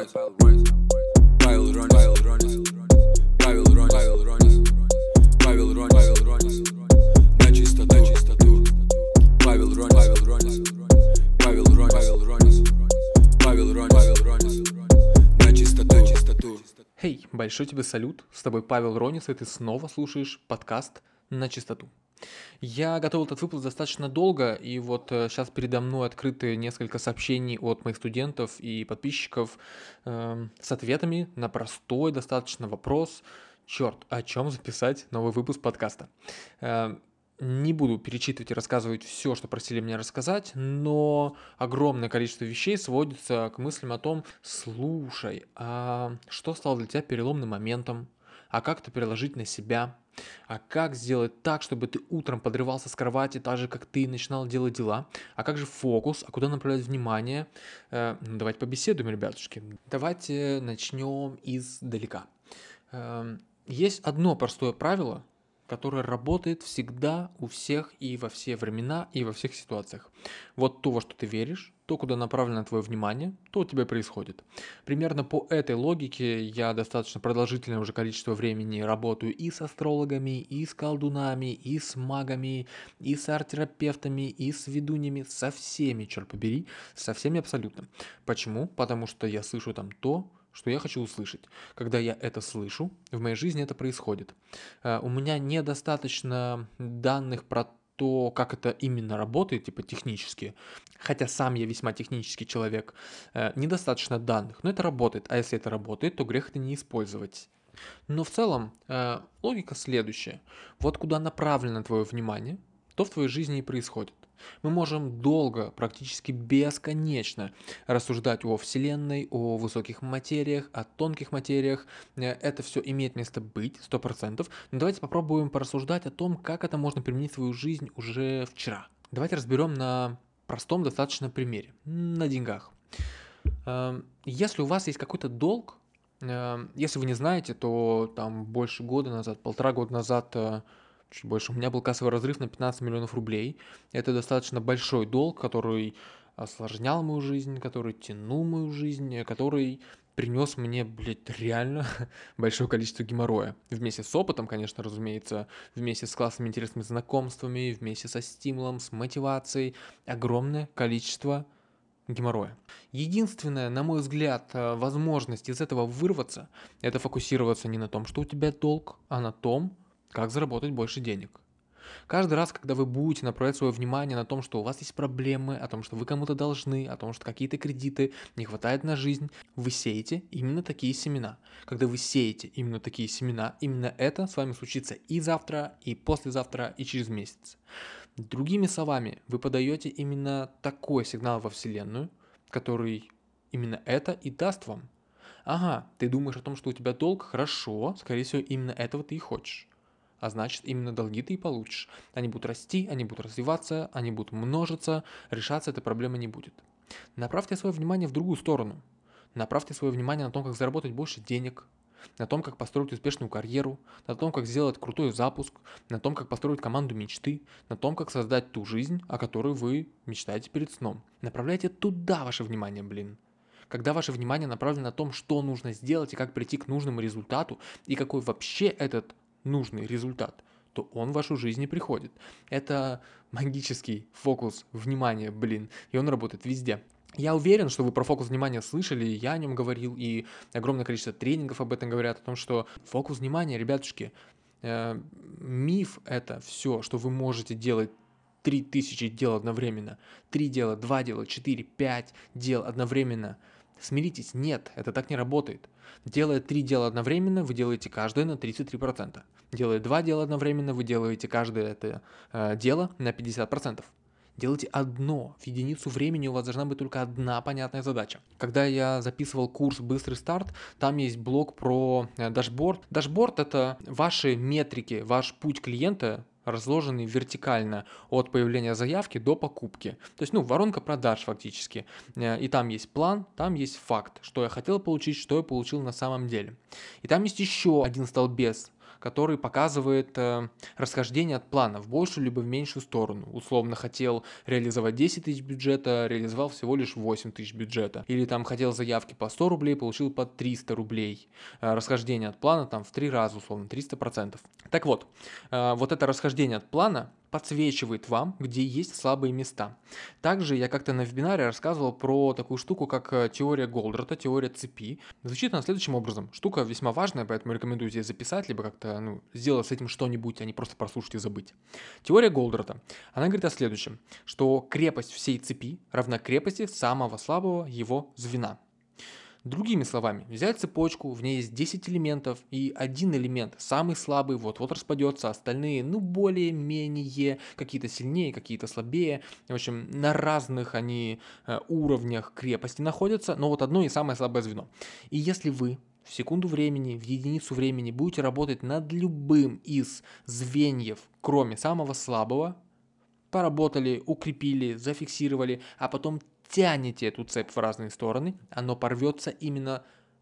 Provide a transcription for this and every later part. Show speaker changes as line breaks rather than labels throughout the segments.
Ронис, Павел Ронис, Павел Ронис, на чистоту, Павел Ронис, на чистоту.
Хей, большой тебе салют, с тобой Павел Ронис, и ты снова слушаешь подкаст «На чистоту». Я готовил этот выпуск достаточно долго, и вот сейчас передо мной открыты несколько сообщений от моих студентов и подписчиков с ответами на простой достаточно вопрос: черт, о чем записать новый выпуск подкаста? Не буду перечитывать и рассказывать все, что просили меня рассказать, но огромное количество вещей сводится к мыслям о том: слушай, а что стало для тебя переломным моментом? А как это переложить на себя? А как сделать так, чтобы ты утром подрывался с кровати так же, как ты начинал делать дела? А как же фокус? А куда направлять внимание? Давайте побеседуем, ребятушки. Давайте начнем издалека. Есть одно простое правило, которое работает всегда у всех и во все времена, и во всех ситуациях. Вот то, во что ты веришь, то, куда направлено твое внимание, то у тебя происходит. Примерно по этой логике я достаточно продолжительное уже количество времени работаю и с астрологами, и с колдунами, и с магами, и с арт-терапевтами, и с ведуньями, со всеми, черт побери, со всеми абсолютно. Почему? Потому что я слышу там то, что я хочу услышать. Когда я это слышу, в моей жизни это происходит. У меня недостаточно данных про то, как это именно работает, типа технически, хотя сам я весьма технический человек, недостаточно данных, но это работает, а если это работает, то грех это не использовать. Но в целом логика следующая: вот куда направлено твое внимание, то в твоей жизни и происходит. Мы можем долго, практически бесконечно рассуждать о Вселенной, о высоких материях, о тонких материях. Это все имеет место быть, 100%. Но давайте попробуем порассуждать о том, как это можно применить в свою жизнь уже вчера. Давайте разберем на простом достаточно примере, на деньгах. Если у вас есть какой-то долг, если вы не знаете, то там больше года назад, 1,5 года назад, чуть больше, у меня был кассовый разрыв на 15 миллионов рублей. Это достаточно большой долг, который осложнял мою жизнь, который тянул мою жизнь, который принес мне, реально большое количество геморроя. Вместе с опытом, конечно, разумеется, вместе с классными интересными знакомствами, вместе со стимулом, с мотивацией, огромное количество геморроя. Единственная, на мой взгляд, возможность из этого вырваться, это фокусироваться не на том, что у тебя долг, а на том, как заработать больше денег. Каждый раз, когда вы будете направлять свое внимание на том, что у вас есть проблемы, о том, что вы кому-то должны, о том, что какие-то кредиты не хватает на жизнь, вы сеете именно такие семена. Когда вы сеете именно такие семена, именно это с вами случится и завтра, и послезавтра, и через месяц. Другими словами, вы подаете именно такой сигнал во Вселенную, который именно это и даст вам. Ага, ты думаешь о том, что у тебя долг? Хорошо, скорее всего, именно этого ты и хочешь. А значит, именно долги ты и получишь. Они будут расти, они будут развиваться, они будут множиться, решаться эта проблема не будет. Направьте свое внимание в другую сторону. Направьте свое внимание на том, как заработать больше денег, на том, как построить успешную карьеру, на том, как сделать крутой запуск, на том, как построить команду мечты, на том, как создать ту жизнь, о которой вы мечтаете перед сном. Направляйте туда ваше внимание, Когда ваше внимание направлено на том, что нужно сделать и как прийти к нужному результату, и какой вообще этот нужный результат, то он в вашу жизнь не приходит. Это магический фокус внимания, и он работает везде. Я уверен, что вы про фокус внимания слышали, я о нем говорил, и огромное количество тренингов об этом говорят, о том, что фокус внимания, ребятушки, миф это все, что вы можете делать 3000 дел одновременно, 3 дела, 2 дела, 4, 5 дел одновременно. Смиритесь, нет, это так не работает. Делая 3 дела одновременно, вы делаете каждое на 33%. Делая 2 дела одновременно, вы делаете каждое это дело на 50%. Делайте одно. В единицу времени у вас должна быть только одна понятная задача. Когда я записывал курс «Быстрый старт», там есть блок про дашборд. Дашборд – это ваши метрики, ваш путь клиента, разложенный вертикально от появления заявки до покупки. То есть, воронка продаж фактически. И там есть план, там есть факт, что я хотел получить, что я получил на самом деле. И там есть еще один столбец, который показывает расхождение от плана в большую либо в меньшую сторону. Условно хотел реализовать 10 тысяч бюджета, реализовал всего лишь 8 тысяч бюджета. Или там хотел заявки по 100 рублей, получил по 300 рублей. Расхождение от плана там в 3 раза, условно, 300%. Так вот, вот это расхождение от плана подсвечивает вам, где есть слабые места. Также я как-то на вебинаре рассказывал про такую штуку, как теория Голдрата, теория цепи. Звучит она следующим образом. Штука весьма важная, поэтому рекомендую здесь записать, либо как-то сделать с этим что-нибудь, а не просто прослушать и забыть. Теория Голдрата, она говорит о следующем, что крепость всей цепи равна крепости самого слабого его звена. Другими словами, взять цепочку, в ней есть 10 элементов, и один элемент, самый слабый, вот-вот распадется, остальные, более-менее, какие-то сильнее, какие-то слабее. В общем, на разных они уровнях крепости находятся, но вот одно и самое слабое звено. И если вы в секунду времени, в единицу времени будете работать над любым из звеньев, кроме самого слабого, поработали, укрепили, зафиксировали, а потом тянете эту цепь в разные стороны, оно порвется именно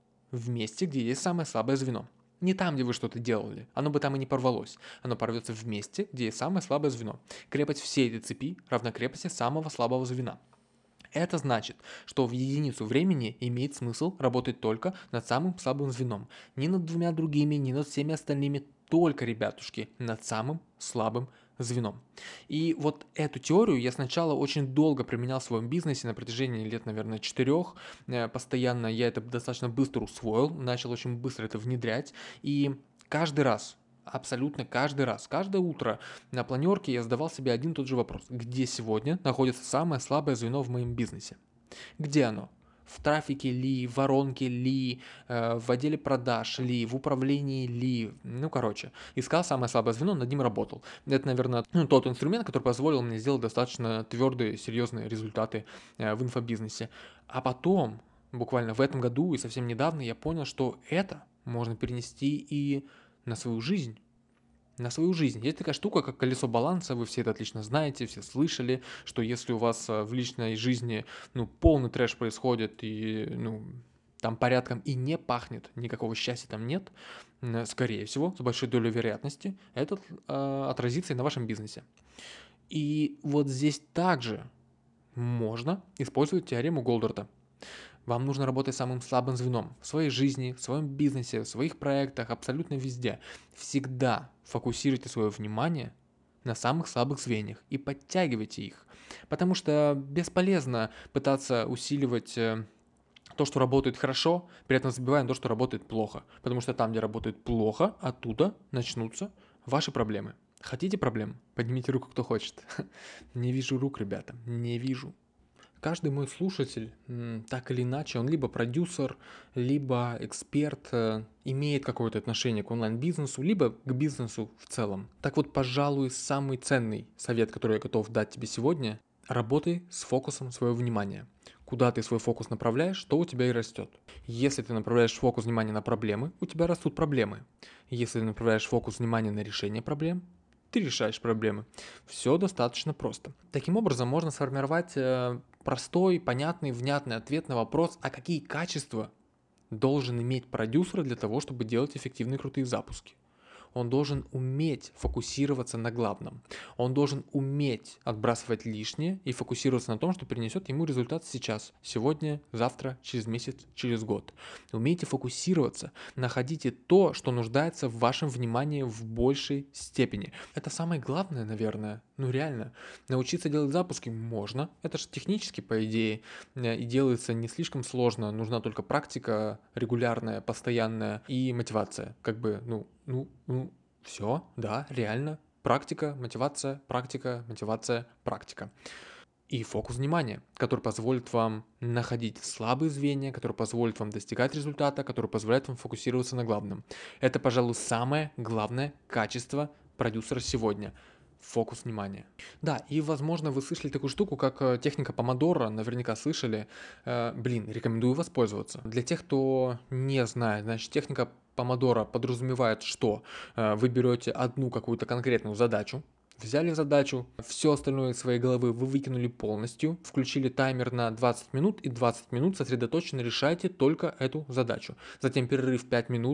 в месте, где есть самое слабое звено. Не там, где вы что-то делали, оно бы там и не порвалось. Оно порвется в месте, где есть самое слабое звено. Крепость всей этой цепи равна крепости самого слабого звена. Это значит, что в единицу времени имеет смысл работать только над самым слабым звеном. Не над двумя другими, не над всеми остальными, только, ребятушки, над самым слабым звеном. И вот эту теорию я сначала очень долго применял в своем бизнесе на протяжении лет, наверное, 4. Постоянно я это достаточно быстро усвоил, начал очень быстро это внедрять. И каждый раз, абсолютно каждый раз, каждое утро на планерке я задавал себе один и тот же вопрос. Где сегодня находится самое слабое звено в моем бизнесе? Где оно? В трафике ли, в воронке ли, в отделе продаж ли, в управлении ли, искал самое слабое звено, над ним работал. Это, наверное, тот инструмент, который позволил мне сделать достаточно твердые, серьезные результаты в инфобизнесе. А потом, буквально в этом году и совсем недавно, я понял, что это можно перенести и на свою жизнь. На свою жизнь. Есть такая штука, как колесо баланса, вы все это отлично знаете, все слышали, что если у вас в личной жизни, полный трэш происходит, и, там порядком и не пахнет, никакого счастья там нет, скорее всего, с большой долей вероятности, это отразится и на вашем бизнесе. И вот здесь также можно использовать теорему Голдрата. Вам нужно работать самым слабым звеном в своей жизни, в своем бизнесе, в своих проектах, абсолютно везде. Всегда фокусируйте свое внимание на самых слабых звеньях и подтягивайте их. Потому что бесполезно пытаться усиливать то, что работает хорошо, при этом забивая на то, что работает плохо. Потому что там, где работает плохо, оттуда начнутся ваши проблемы. Хотите проблем? Поднимите руку, кто хочет. Не вижу рук, ребята, не вижу. Каждый мой слушатель, так или иначе, он либо продюсер, либо эксперт, имеет какое-то отношение к онлайн-бизнесу, либо к бизнесу в целом. Так вот, пожалуй, самый ценный совет, который я готов дать тебе сегодня – работай с фокусом своего внимания. Куда ты свой фокус направляешь, то у тебя и растет. Если ты направляешь фокус внимания на проблемы, у тебя растут проблемы. Если ты направляешь фокус внимания на решение проблем, ты решаешь проблемы. Все достаточно просто. Таким образом, можно сформировать простой, понятный, внятный ответ на вопрос, а какие качества должен иметь продюсер для того, чтобы делать эффективные крутые запуски. Он должен уметь фокусироваться на главном. Он должен уметь отбрасывать лишнее и фокусироваться на том, что принесет ему результат сейчас, сегодня, завтра, через месяц, через год. Умейте фокусироваться, находите то, что нуждается в вашем внимании в большей степени. Это самое главное, наверное. Реально. Научиться делать запуски можно. Это же технически, по идее, и делается не слишком сложно. Нужна только практика регулярная, постоянная и мотивация. Все, да, реально. Практика, мотивация, практика, мотивация, практика. И фокус внимания, который позволит вам находить слабые звенья, который позволит вам достигать результата, который позволяет вам фокусироваться на главном. Это, пожалуй, самое главное качество продюсера сегодня. Фокус внимания. Да, и, возможно, вы слышали такую штуку, как техника помодоро, наверняка слышали. Рекомендую воспользоваться. Для тех, кто не знает, значит, техника помодоро подразумевает, что вы берете одну какую-то конкретную задачу, взяли задачу, все остальное из своей головы вы выкинули полностью, включили таймер на 20 минут и 20 минут сосредоточенно решаете только эту задачу. Затем перерыв 5 минут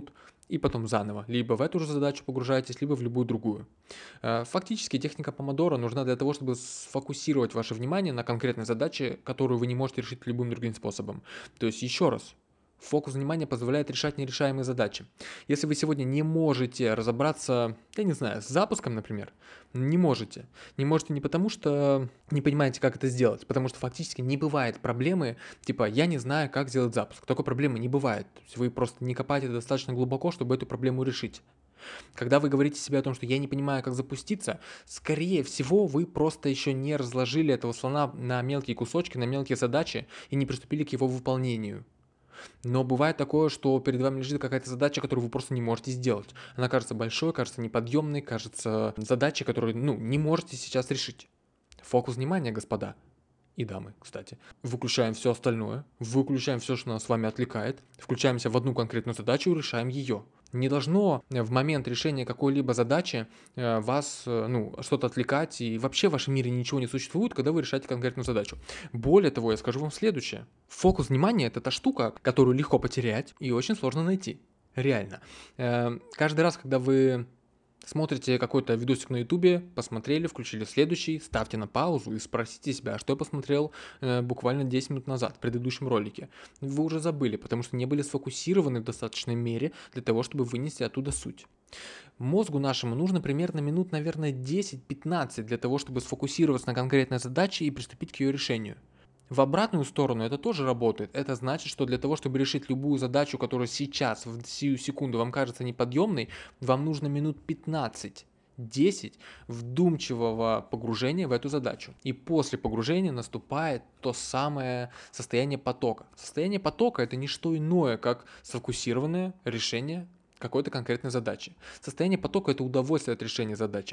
и потом заново. Либо в эту же задачу погружаетесь, либо в любую другую. Фактически техника помодоро нужна для того, чтобы сфокусировать ваше внимание на конкретной задаче, которую вы не можете решить любым другим способом. То есть еще раз, фокус внимания позволяет решать нерешаемые задачи. Если вы сегодня не можете разобраться, я не знаю, с запуском, например, не можете. Не можете не потому, что не понимаете, как это сделать, потому что фактически не бывает проблемы, типа «я не знаю, как сделать запуск». Такой проблемы не бывает. То есть вы просто не копаете достаточно глубоко, чтобы эту проблему решить. Когда вы говорите себе о том, что я не понимаю, как запуститься, скорее всего, вы просто еще не разложили этого слона на мелкие кусочки, на мелкие задачи и не приступили к его выполнению. Но бывает такое, что перед вами лежит какая-то задача, которую вы просто не можете сделать. Она кажется большой, кажется неподъемной, кажется задачей, которую, не можете сейчас решить. Фокус внимания, господа. И дамы, кстати. Выключаем все остальное, выключаем все, что нас с вами отвлекает, включаемся в одну конкретную задачу и решаем ее. Не должно в момент решения какой-либо задачи вас что-то отвлекать, и вообще в вашем мире ничего не существует, когда вы решаете конкретную задачу. Более того, я скажу вам следующее. Фокус внимания – это та штука, которую легко потерять и очень сложно найти. Реально. Каждый раз, когда вы смотрите какой-то видосик на ютубе, посмотрели, включили следующий, ставьте на паузу и спросите себя, что я посмотрел буквально 10 минут назад в предыдущем ролике. Вы уже забыли, потому что не были сфокусированы в достаточной мере для того, чтобы вынести оттуда суть. Мозгу нашему нужно примерно минут, наверное, 10-15 для того, чтобы сфокусироваться на конкретной задаче и приступить к ее решению. В обратную сторону это тоже работает. Это значит, что для того, чтобы решить любую задачу, которая сейчас, в сию секунду, вам кажется неподъемной, вам нужно минут 15-10 вдумчивого погружения в эту задачу. И после погружения наступает то самое состояние потока. Состояние потока – это не что иное, как сфокусированное решение какой-то конкретной задачи. Состояние потока – это удовольствие от решения задачи.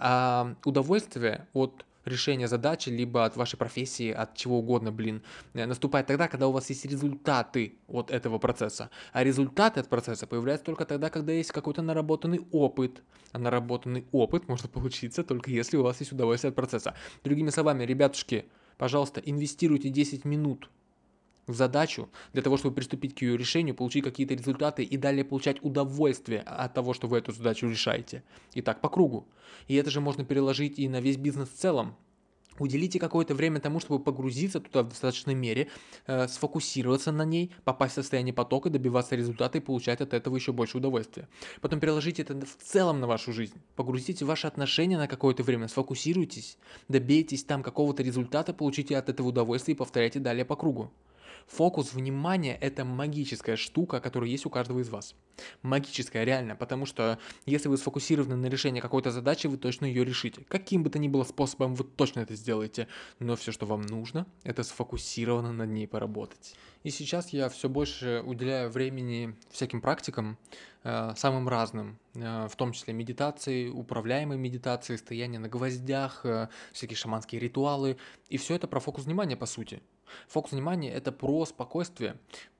А удовольствие от решения задачи, либо от вашей профессии, от чего угодно, наступает тогда, когда у вас есть результаты от этого процесса. А результаты от процесса появляются только тогда, когда есть какой-то наработанный опыт. А наработанный опыт может получиться только если у вас есть удовольствие от процесса. Другими словами, ребятушки, пожалуйста, инвестируйте 10 минут в задачу для того, чтобы приступить к ее решению, получить какие-то результаты и далее получать удовольствие от того, что вы эту задачу решаете. И так по кругу. И это же можно переложить и на весь бизнес в целом. Уделите какое-то время тому, чтобы погрузиться туда в достаточной мере, сфокусироваться на ней, попасть в состояние потока, добиваться результата и получать от этого еще больше удовольствия. Потом переложите это в целом на вашу жизнь. Погрузите ваши отношения на какое-то время, сфокусируйтесь, добейтесь там какого-то результата, получите от этого удовольствие и повторяйте далее по кругу. Фокус внимания – это магическая штука, которая есть у каждого из вас. Магическая, реально, потому что если вы сфокусированы на решении какой-то задачи, вы точно ее решите. Каким бы то ни было способом, вы точно это сделаете. Но все, что вам нужно, это сфокусированно над ней поработать. И сейчас я все больше уделяю времени всяким практикам, самым разным, в том числе медитации, управляемой медитации, стояние на гвоздях, всякие шаманские ритуалы. И все это про фокус внимания, по сути. Фокус внимания – это про спокойствие,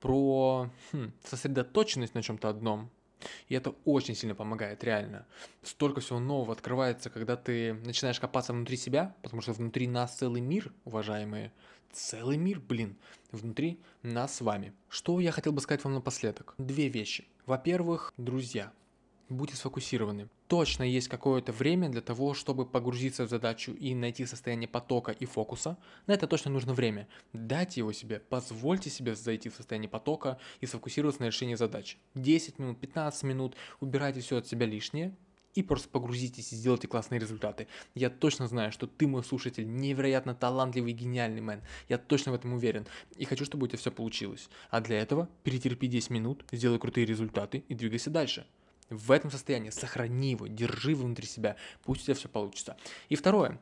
про сосредоточенность на чем-то одном. И это очень сильно помогает, реально. Столько всего нового открывается, когда ты начинаешь копаться внутри себя, потому что внутри нас целый мир, уважаемые. Целый мир, внутри нас с вами. Что я хотел бы сказать вам напоследок? Две вещи. Во-первых, друзья, будьте сфокусированы. Точно есть какое-то время для того, чтобы погрузиться в задачу и найти состояние потока и фокуса. На это точно нужно время. Дайте его себе, позвольте себе зайти в состояние потока и сфокусироваться на решении задачи. 10 минут, 15 минут, убирайте все от себя лишнее и просто погрузитесь и сделайте классные результаты. Я точно знаю, что ты, мой слушатель, невероятно талантливый и гениальный мэн. Я точно в этом уверен. И хочу, чтобы у тебя все получилось. А для этого перетерпи 10 минут, сделай крутые результаты и двигайся дальше. В этом состоянии сохрани его, держи его внутри себя, пусть у тебя все получится. И второе,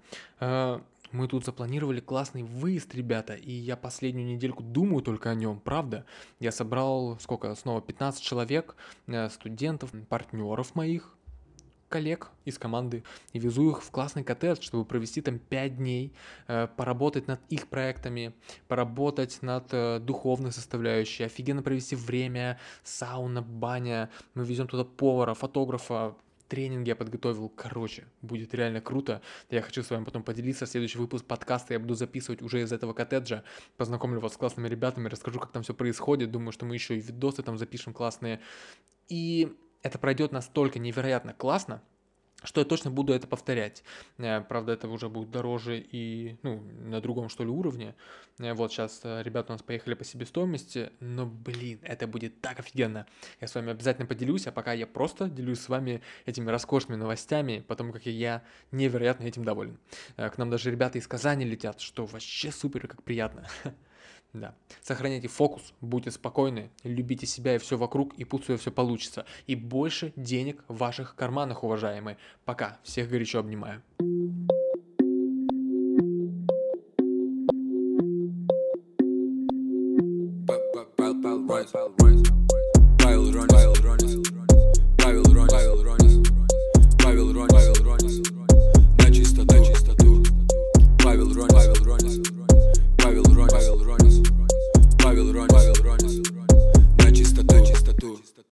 мы тут запланировали классный выезд, ребята, и я последнюю недельку думаю только о нем, правда. Я собрал, снова 15 человек, студентов, партнеров моих, коллег из команды, и везу их в классный коттедж, чтобы провести там 5 дней, поработать над их проектами, поработать над духовной составляющей, офигенно провести время, сауна, баня, мы везем туда повара, фотографа, тренинги я подготовил, будет реально круто. Я хочу с вами потом поделиться. Следующий выпуск подкаста я буду записывать уже из этого коттеджа. Познакомлю вас с классными ребятами, расскажу, как там все происходит. Думаю, что мы еще и видосы там запишем классные. И это пройдет настолько невероятно классно, что я точно буду это повторять. Правда, это уже будет дороже и, на другом, что ли, уровне. Вот сейчас ребята у нас поехали по себестоимости, но, блин, это будет так офигенно. Я с вами обязательно поделюсь, а пока я просто делюсь с вами этими роскошными новостями, потому как я невероятно этим доволен. К нам даже ребята из Казани летят, что вообще супер, как приятно. Да. Сохраняйте фокус, будьте спокойны, любите себя и все вокруг, и пусть все получится. И больше денег в ваших карманах, уважаемые. Пока. Всех горячо обнимаю.
Павел Ронис.